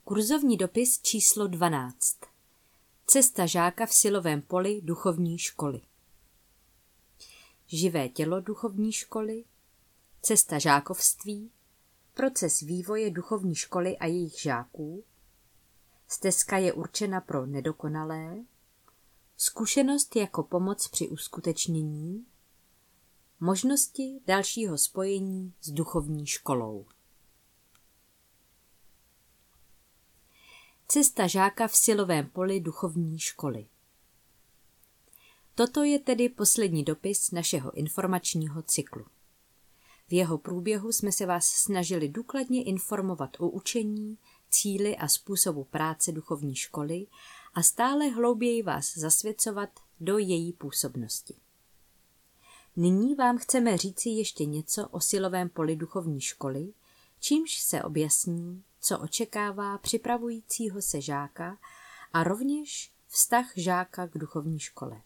Kurzovní dopis číslo 12. Cesta žáka v silovém poli duchovní školy. Živé tělo duchovní školy, cesta žákovství, proces vývoje duchovní školy a jejich žáků, stezka je určena pro nedokonalé, zkušenost jako pomoc při uskutečnění, možnosti dalšího spojení s duchovní školou. Cesta žáka v silovém poli duchovní školy. Toto je tedy poslední dopis našeho informačního cyklu. V jeho průběhu jsme se vás snažili důkladně informovat o učení, cíli a způsobu práce duchovní školy a stále hlouběji vás zasvěcovat do její působnosti. Nyní vám chceme říci ještě něco o silovém poli duchovní školy, čímž se objasní, co očekává připravujícího se žáka a rovněž vztah žáka k duchovní škole.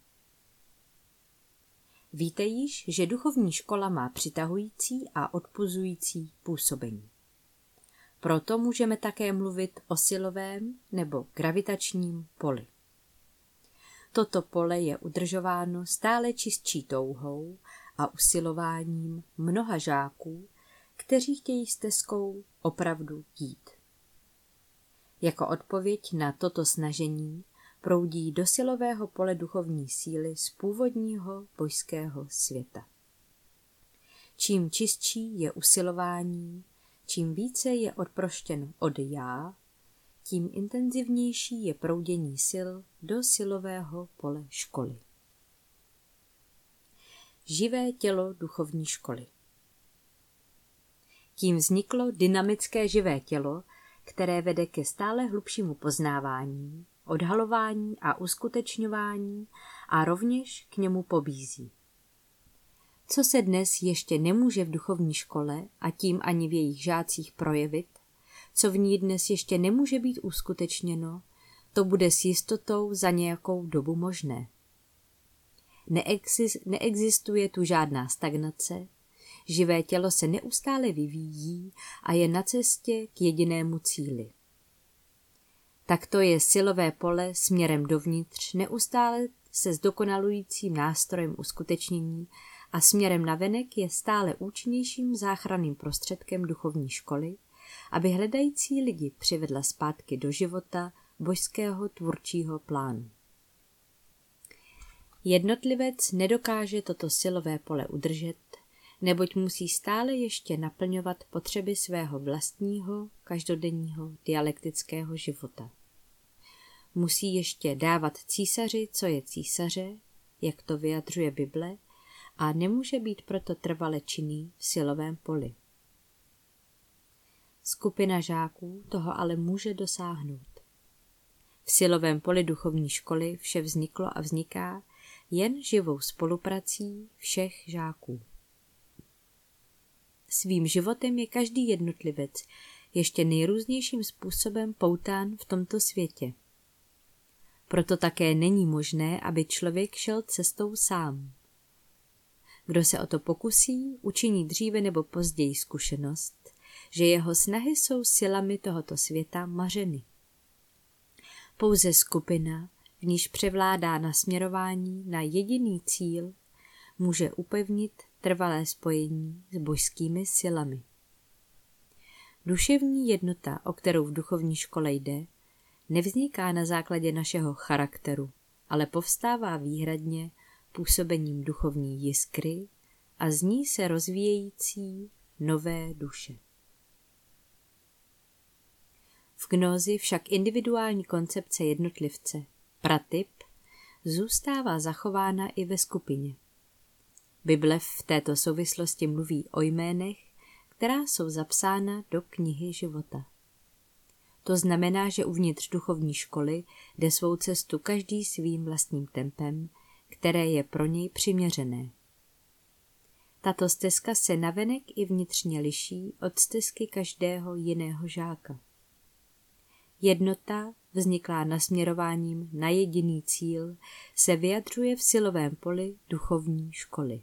Víte již, že duchovní škola má přitahující a odpuzující působení. Proto můžeme také mluvit o silovém nebo gravitačním poli. Toto pole je udržováno stále čistší touhou a usilováním mnoha žáků, kteří chtějí stezkou opravdu jít. Jako odpověď na toto snažení proudí do silového pole duchovní síly z původního božského světa. Čím čistší je usilování, čím více je odproštěno od já, tím intenzivnější je proudění sil do silového pole školy. Živé tělo duchovní školy. Tím vzniklo dynamické živé tělo, které vede ke stále hlubšímu poznávání, odhalování a uskutečňování a rovněž k němu pobízí. Co se dnes ještě nemůže v duchovní škole a tím ani v jejich žácích projevit, co v ní dnes ještě nemůže být uskutečněno, to bude s jistotou za nějakou dobu možné. Neexistuje tu žádná stagnace, živé tělo se neustále vyvíjí a je na cestě k jedinému cíli. Takto je silové pole směrem dovnitř neustále se zdokonalujícím nástrojem uskutečnění a směrem navenek je stále účinnějším záchranným prostředkem duchovní školy, aby hledající lidi přivedla zpátky do života božského tvůrčího plánu. Jednotlivec nedokáže toto silové pole udržet, neboť musí stále ještě naplňovat potřeby svého vlastního, každodenního, dialektického života. Musí ještě dávat císaři, co je císaře, jak to vyjadřuje Bible, a nemůže být proto trvale činný v silovém poli. Skupina žáků toho ale může dosáhnout. V silovém poli duchovní školy vše vzniklo a vzniká jen živou spoluprací všech žáků. Svým životem je každý jednotlivec ještě nejrůznějším způsobem poután v tomto světě. Proto také není možné, aby člověk šel cestou sám. Kdo se o to pokusí, učiní dříve nebo později zkušenost, že jeho snahy jsou silami tohoto světa mařeny. Pouze skupina, v níž převládá nasměrování na jediný cíl, může upevnit trvalé spojení s božskými silami. Duševní jednota, o kterou v duchovní škole jde, nevzniká na základě našeho charakteru, ale povstává výhradně působením duchovní jiskry a z ní se rozvíjející nové duše. V gnózi však individuální koncepce jednotlivce, pratyp, zůstává zachována i ve skupině. Bible v této souvislosti mluví o jménech, která jsou zapsána do knihy života. To znamená, že uvnitř duchovní školy jde svou cestu každý svým vlastním tempem, které je pro něj přiměřené. Tato stezka se navenek i vnitřně liší od stezky každého jiného žáka. Jednota, vzniklá nasměrováním na jediný cíl, se vyjadřuje v silovém poli duchovní školy.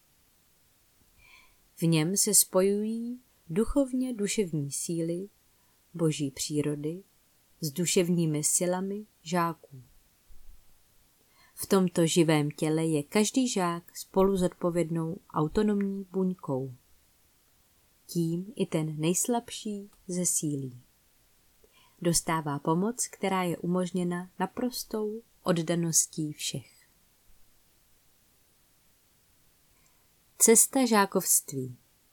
V něm se spojují duchovně duševní síly, boží přírody s duševními silami žáků. V tomto živém těle je každý žák spolu zodpovědnou autonomní buňkou. Tím i ten nejslabší zesílí. Dostává pomoc, která je umožněna naprostou oddaností všech. Cesta žákovství.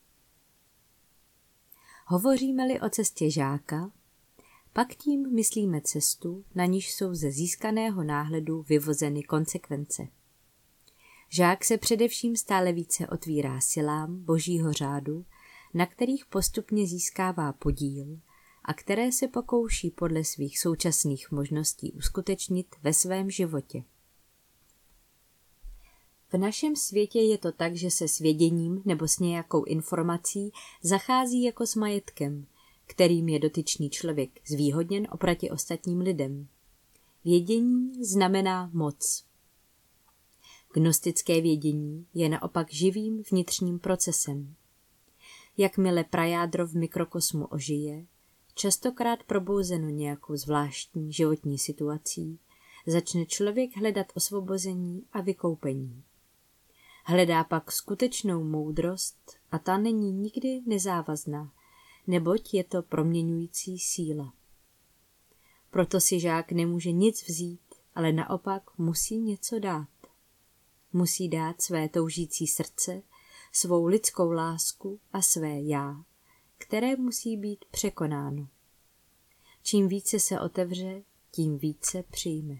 Hovoříme-li o cestě žáka, pak tím myslíme cestu, na níž jsou ze získaného náhledu vyvozeny konsekvence. Žák se především stále více otvírá silám Božího řádu, na kterých postupně získává podíl a které se pokouší podle svých současných možností uskutečnit ve svém životě. V našem světě je to tak, že se s věděním nebo s nějakou informací zachází jako s majetkem, kterým je dotyčný člověk zvýhodněn oproti ostatním lidem. Vědění znamená moc. Gnostické vědění je naopak živým vnitřním procesem. Jakmile prajádro v mikrokosmu ožije, častokrát probouzeno nějakou zvláštní životní situací, začne člověk hledat osvobození a vykoupení. Hledá pak skutečnou moudrost a ta není nikdy nezávazná, neboť je to proměňující síla. Proto si žák nemůže nic vzít, ale naopak musí něco dát. Musí dát své toužící srdce, svou lidskou lásku a své já, které musí být překonáno. Čím více se otevře, tím více přijme.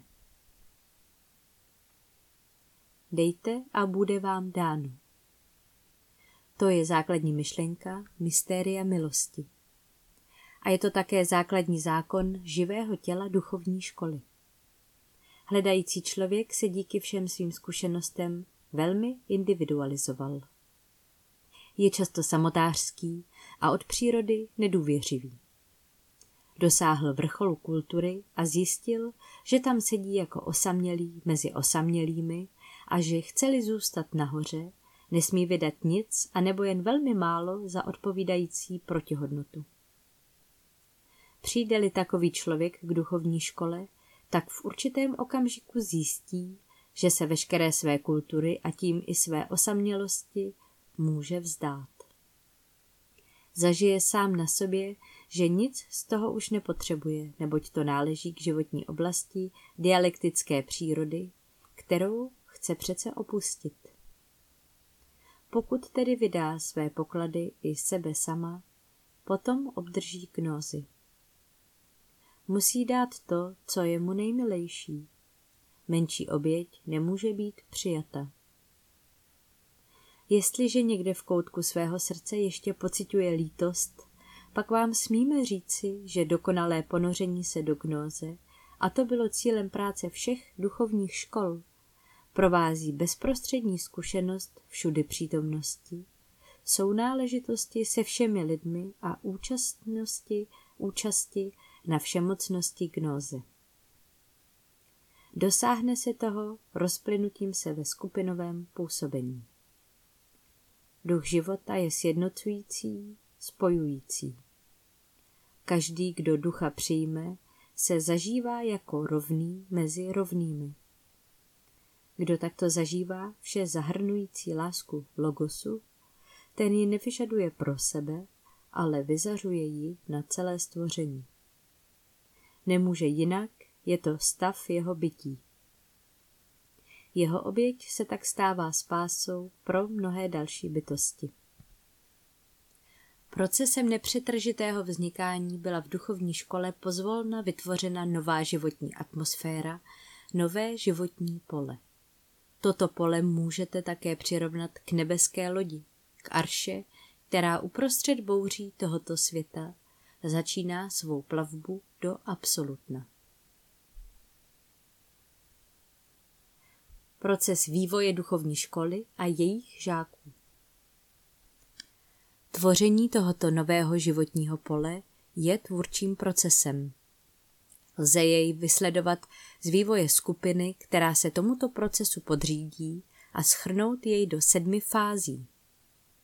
Dejte a bude vám dáno. To je základní myšlenka mystéria milosti. A je to také základní zákon živého těla duchovní školy. Hledající člověk se díky všem svým zkušenostem velmi individualizoval. Je často samotářský a od přírody nedůvěřivý. Dosáhl vrcholu kultury a zjistil, že tam sedí jako osamělý mezi osamělými a že chce-li zůstat nahoře, nesmí vydat nic anebo jen velmi málo za odpovídající protihodnotu. Přijde-li takový člověk k duchovní škole, tak v určitém okamžiku zjistí, že se veškeré své kultury a tím i své osamělosti může vzdát. Zažije sám na sobě, že nic z toho už nepotřebuje, neboť to náleží k životní oblasti dialektické přírody, kterou chce přece opustit. Pokud tedy vydá své poklady i sebe sama, potom obdrží gnózy. Musí dát to, co je mu nejmilejší. Menší oběť nemůže být přijata. Jestliže někde v koutku svého srdce ještě pociťuje lítost, pak vám smíme říci, že dokonalé ponoření se do gnóze, a to bylo cílem práce všech duchovních škol, provází bezprostřední zkušenost všudy přítomnosti, sounáležitosti se všemi lidmi a účasti na všemocnosti gnóze. Dosáhne se toho rozplynutím se ve skupinovém působení. Duch života je sjednocující, spojující. Každý, kdo ducha přijme, se zažívá jako rovný mezi rovnými. Kdo takto zažívá vše zahrnující lásku logosu, ten ji nevyžaduje pro sebe, ale vyzařuje ji na celé stvoření. Nemůže jinak, je to stav jeho bytí. Jeho oběť se tak stává spásou pro mnohé další bytosti. Procesem nepřetržitého vznikání byla v duchovní škole pozvolna vytvořena nová životní atmosféra, nové životní pole. Toto pole můžete také přirovnat k nebeské lodi, k arše, která uprostřed bouří tohoto světa začíná svou plavbu do absolutna. Proces vývoje duchovní školy a jejich žáků. Tvoření tohoto nového životního pole je tvůrčím procesem. Lze jej vysledovat z vývoje skupiny, která se tomuto procesu podřídí, a shrnout jej do 7 fází.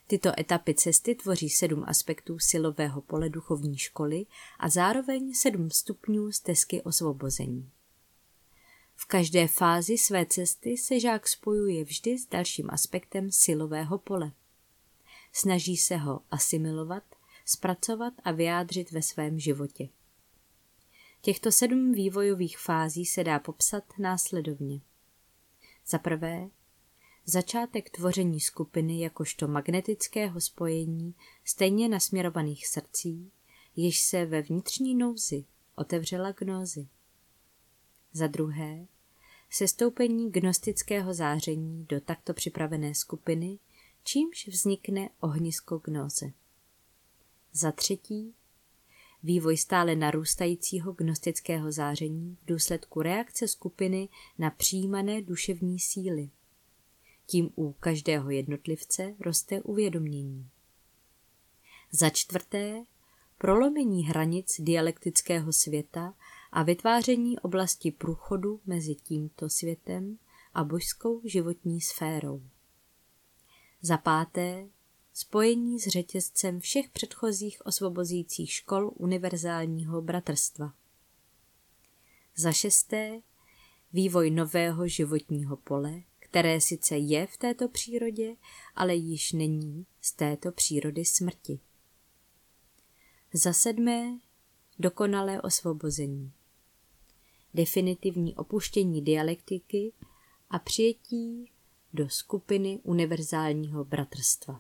Tyto etapy cesty tvoří 7 aspektů silového pole duchovní školy a zároveň 7 stupňů stezky osvobození. V každé fázi své cesty se žák spojuje vždy s dalším aspektem silového pole. Snaží se ho asimilovat, zpracovat a vyjádřit ve svém životě. Těchto 7 vývojových fází se dá popsat následovně. Za prvé, začátek tvoření skupiny jakožto magnetického spojení stejně nasměrovaných srdcí, jež se ve vnitřní nouzi otevřela gnózy. Za druhé, sestoupení gnostického záření do takto připravené skupiny, čímž vznikne ohnisko gnóze. Za třetí, vývoj stále narůstajícího gnostického záření v důsledku reakce skupiny na přijímané duševní síly. Tím u každého jednotlivce roste uvědomění. Za čtvrté, prolomení hranic dialektického světa a vytváření oblasti průchodu mezi tímto světem a božskou životní sférou. Za páté, spojení s řetězcem všech předchozích osvobozících škol univerzálního bratrstva. Za šesté, vývoj nového životního pole, které sice je v této přírodě, ale již není z této přírody smrti. Za sedmé, dokonalé osvobození. Definitivní opuštění dialektiky a přijetí do skupiny univerzálního bratrstva.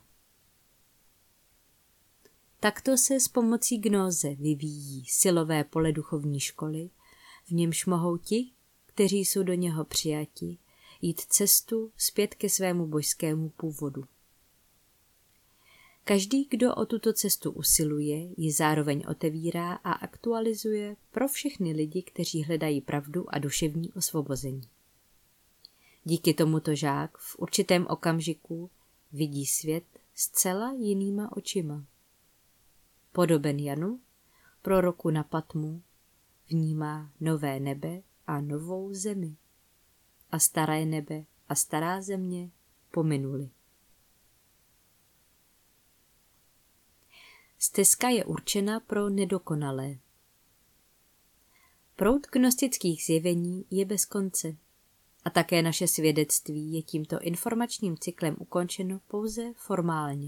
Takto se s pomocí gnóze vyvíjí silové pole duchovní školy, v němž mohou ti, kteří jsou do něho přijati, jít cestu zpět ke svému božskému původu. Každý, kdo o tuto cestu usiluje, ji zároveň otevírá a aktualizuje pro všechny lidi, kteří hledají pravdu a duševní osvobození. Díky tomuto žák v určitém okamžiku vidí svět zcela jinýma očima. Podoben Janu, proroku na Patmu, vnímá nové nebe a novou zemi. A staré nebe a stará země pominuly. Stezka je určena pro nedokonalé. Proud gnostických zjevení je bez konce a také naše svědectví je tímto informačním cyklem ukončeno pouze formálně.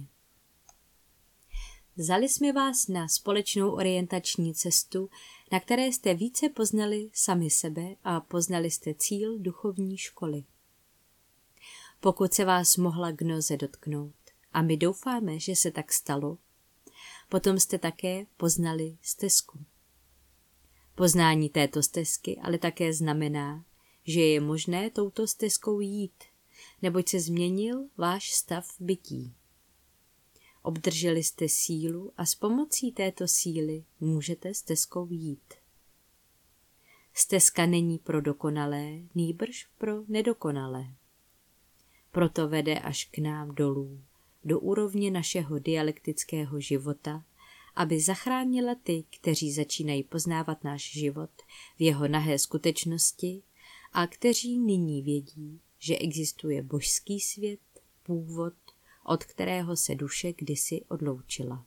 Vzali jsme vás na společnou orientační cestu, na které jste více poznali sami sebe a poznali jste cíl duchovní školy. Pokud se vás mohla gnóze dotknout, a my doufáme, že se tak stalo, potom jste také poznali stezku. Poznání této stezky ale také znamená, že je možné touto stezkou jít, neboť se změnil váš stav bytí. Obdrželi jste sílu a s pomocí této síly můžete stezkou jít. Stezka není pro dokonalé, nýbrž pro nedokonalé. Proto vede až k nám dolů, do úrovně našeho dialektického života, aby zachránila ty, kteří začínají poznávat náš život v jeho nahé skutečnosti a kteří nyní vědí, že existuje božský svět, původ, od kterého se duše kdysi odloučila.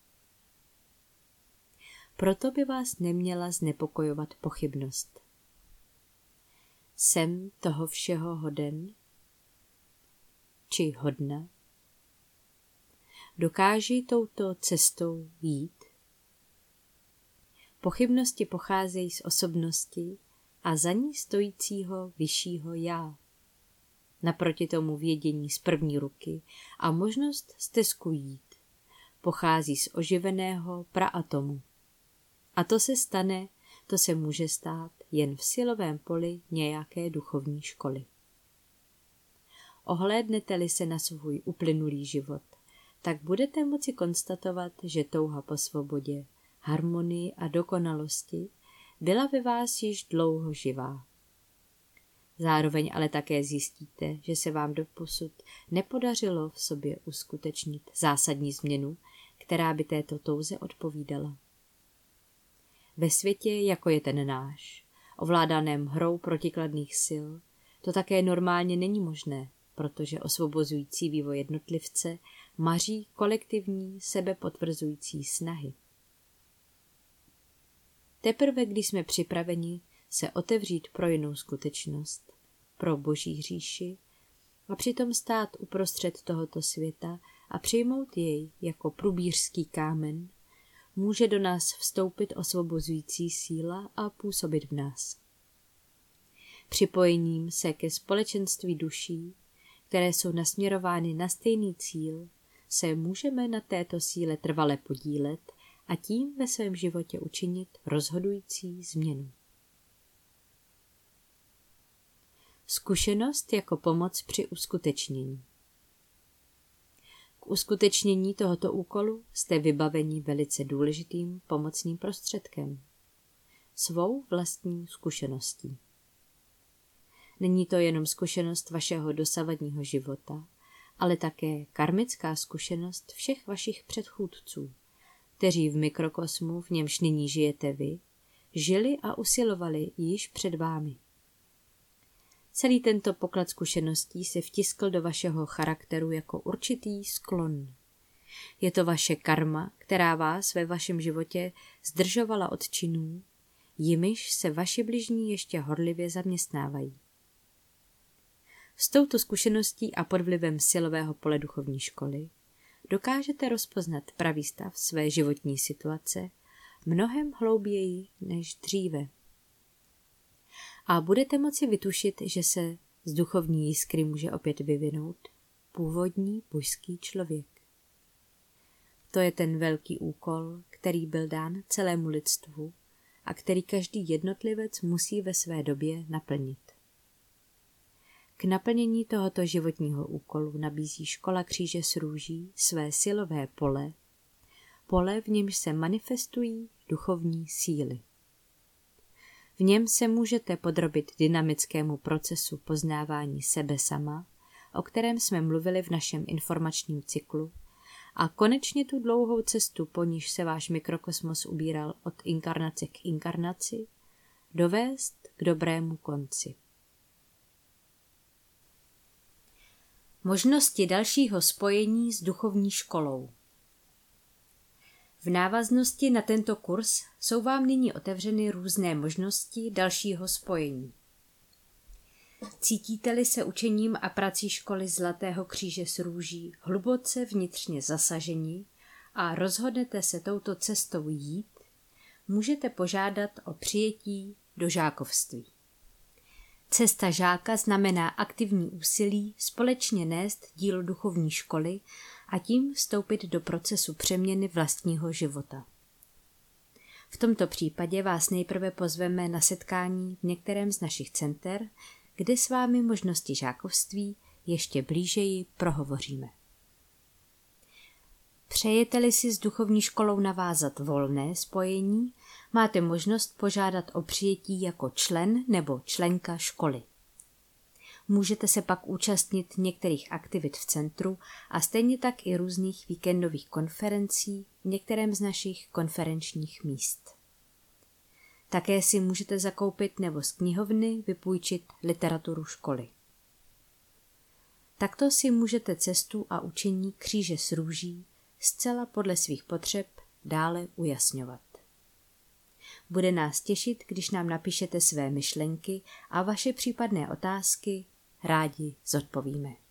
Proto by vás neměla znepokojovat pochybnost. Jsem toho všeho hoden? Či hodna? Dokáži touto cestou jít? Pochybnosti pocházejí z osobnosti a za ní stojícího vyššího já. Naproti tomu vědění z první ruky a možnost stezku jít pochází z oživeného praatomu. A to se může stát jen v silovém poli nějaké duchovní školy. Ohlédnete-li se na svůj uplynulý život, tak budete moci konstatovat, že touha po svobodě, harmonii a dokonalosti byla ve vás již dlouho živá. Zároveň ale také zjistíte, že se vám doposud nepodařilo v sobě uskutečnit zásadní změnu, která by této touze odpovídala. Ve světě, jako je ten náš, ovládaném hrou protikladných sil, to také normálně není možné, protože osvobozující vývoj jednotlivce maří kolektivní sebepotvrzující snahy. Teprve když jsme připraveni se otevřít pro jinou skutečnost, pro Boží říši a přitom stát uprostřed tohoto světa a přijmout jej jako průbířský kámen, může do nás vstoupit osvobozující síla a působit v nás. Připojením se ke společenství duší, které jsou nasměrovány na stejný cíl, se můžeme na této síle trvale podílet a tím ve svém životě učinit rozhodující změnu. Zkušenost jako pomoc při uskutečnění. K uskutečnění tohoto úkolu jste vybaveni velice důležitým pomocným prostředkem, svou vlastní zkušeností. Není to jenom zkušenost vašeho dosavadního života, ale také karmická zkušenost všech vašich předchůdců, kteří v mikrokosmu, v němž nyní žijete vy, žili a usilovali již před vámi. Celý tento poklad zkušeností se vtiskl do vašeho charakteru jako určitý sklon. Je to vaše karma, která vás ve vašem životě zdržovala od činů, jimiž se vaši bližní ještě horlivě zaměstnávají. S touto zkušeností a pod vlivem silového pole duchovní školy dokážete rozpoznat pravý stav své životní situace mnohem hlouběji než dříve. A budete moci vytušit, že se z duchovní jiskry může opět vyvinout původní božský člověk. To je ten velký úkol, který byl dán celému lidstvu a který každý jednotlivec musí ve své době naplnit. K naplnění tohoto životního úkolu nabízí škola kříže s růží své silové pole, v němž se manifestují duchovní síly. V něm se můžete podrobit dynamickému procesu poznávání sebe sama, o kterém jsme mluvili v našem informačním cyklu, a konečně tu dlouhou cestu, po níž se váš mikrokosmos ubíral od inkarnace k inkarnaci, dovést k dobrému konci. Možnosti dalšího spojení s duchovní školou. V návaznosti na tento kurz jsou vám nyní otevřeny různé možnosti dalšího spojení. Cítíte-li se učením a prací školy Zlatého kříže s růží hluboce vnitřně zasaženi a rozhodnete se touto cestou jít, můžete požádat o přijetí do žákovství. Cesta žáka znamená aktivní úsilí společně nést dílo duchovní školy a tím vstoupit do procesu přeměny vlastního života. V tomto případě vás nejprve pozveme na setkání v některém z našich center, kde s vámi možnosti žákovství ještě blížeji prohovoříme. Přejete-li si s duchovní školou navázat volné spojení, máte možnost požádat o přijetí jako člen nebo členka školy. Můžete se pak účastnit některých aktivit v centru a stejně tak i různých víkendových konferencí v některém z našich konferenčních míst. Také si můžete zakoupit nebo z knihovny vypůjčit literaturu školy. Takto si můžete cestu a učení kříže s růží zcela podle svých potřeb dále ujasňovat. Bude nás těšit, když nám napíšete své myšlenky a vaše případné otázky rádi zodpovíme.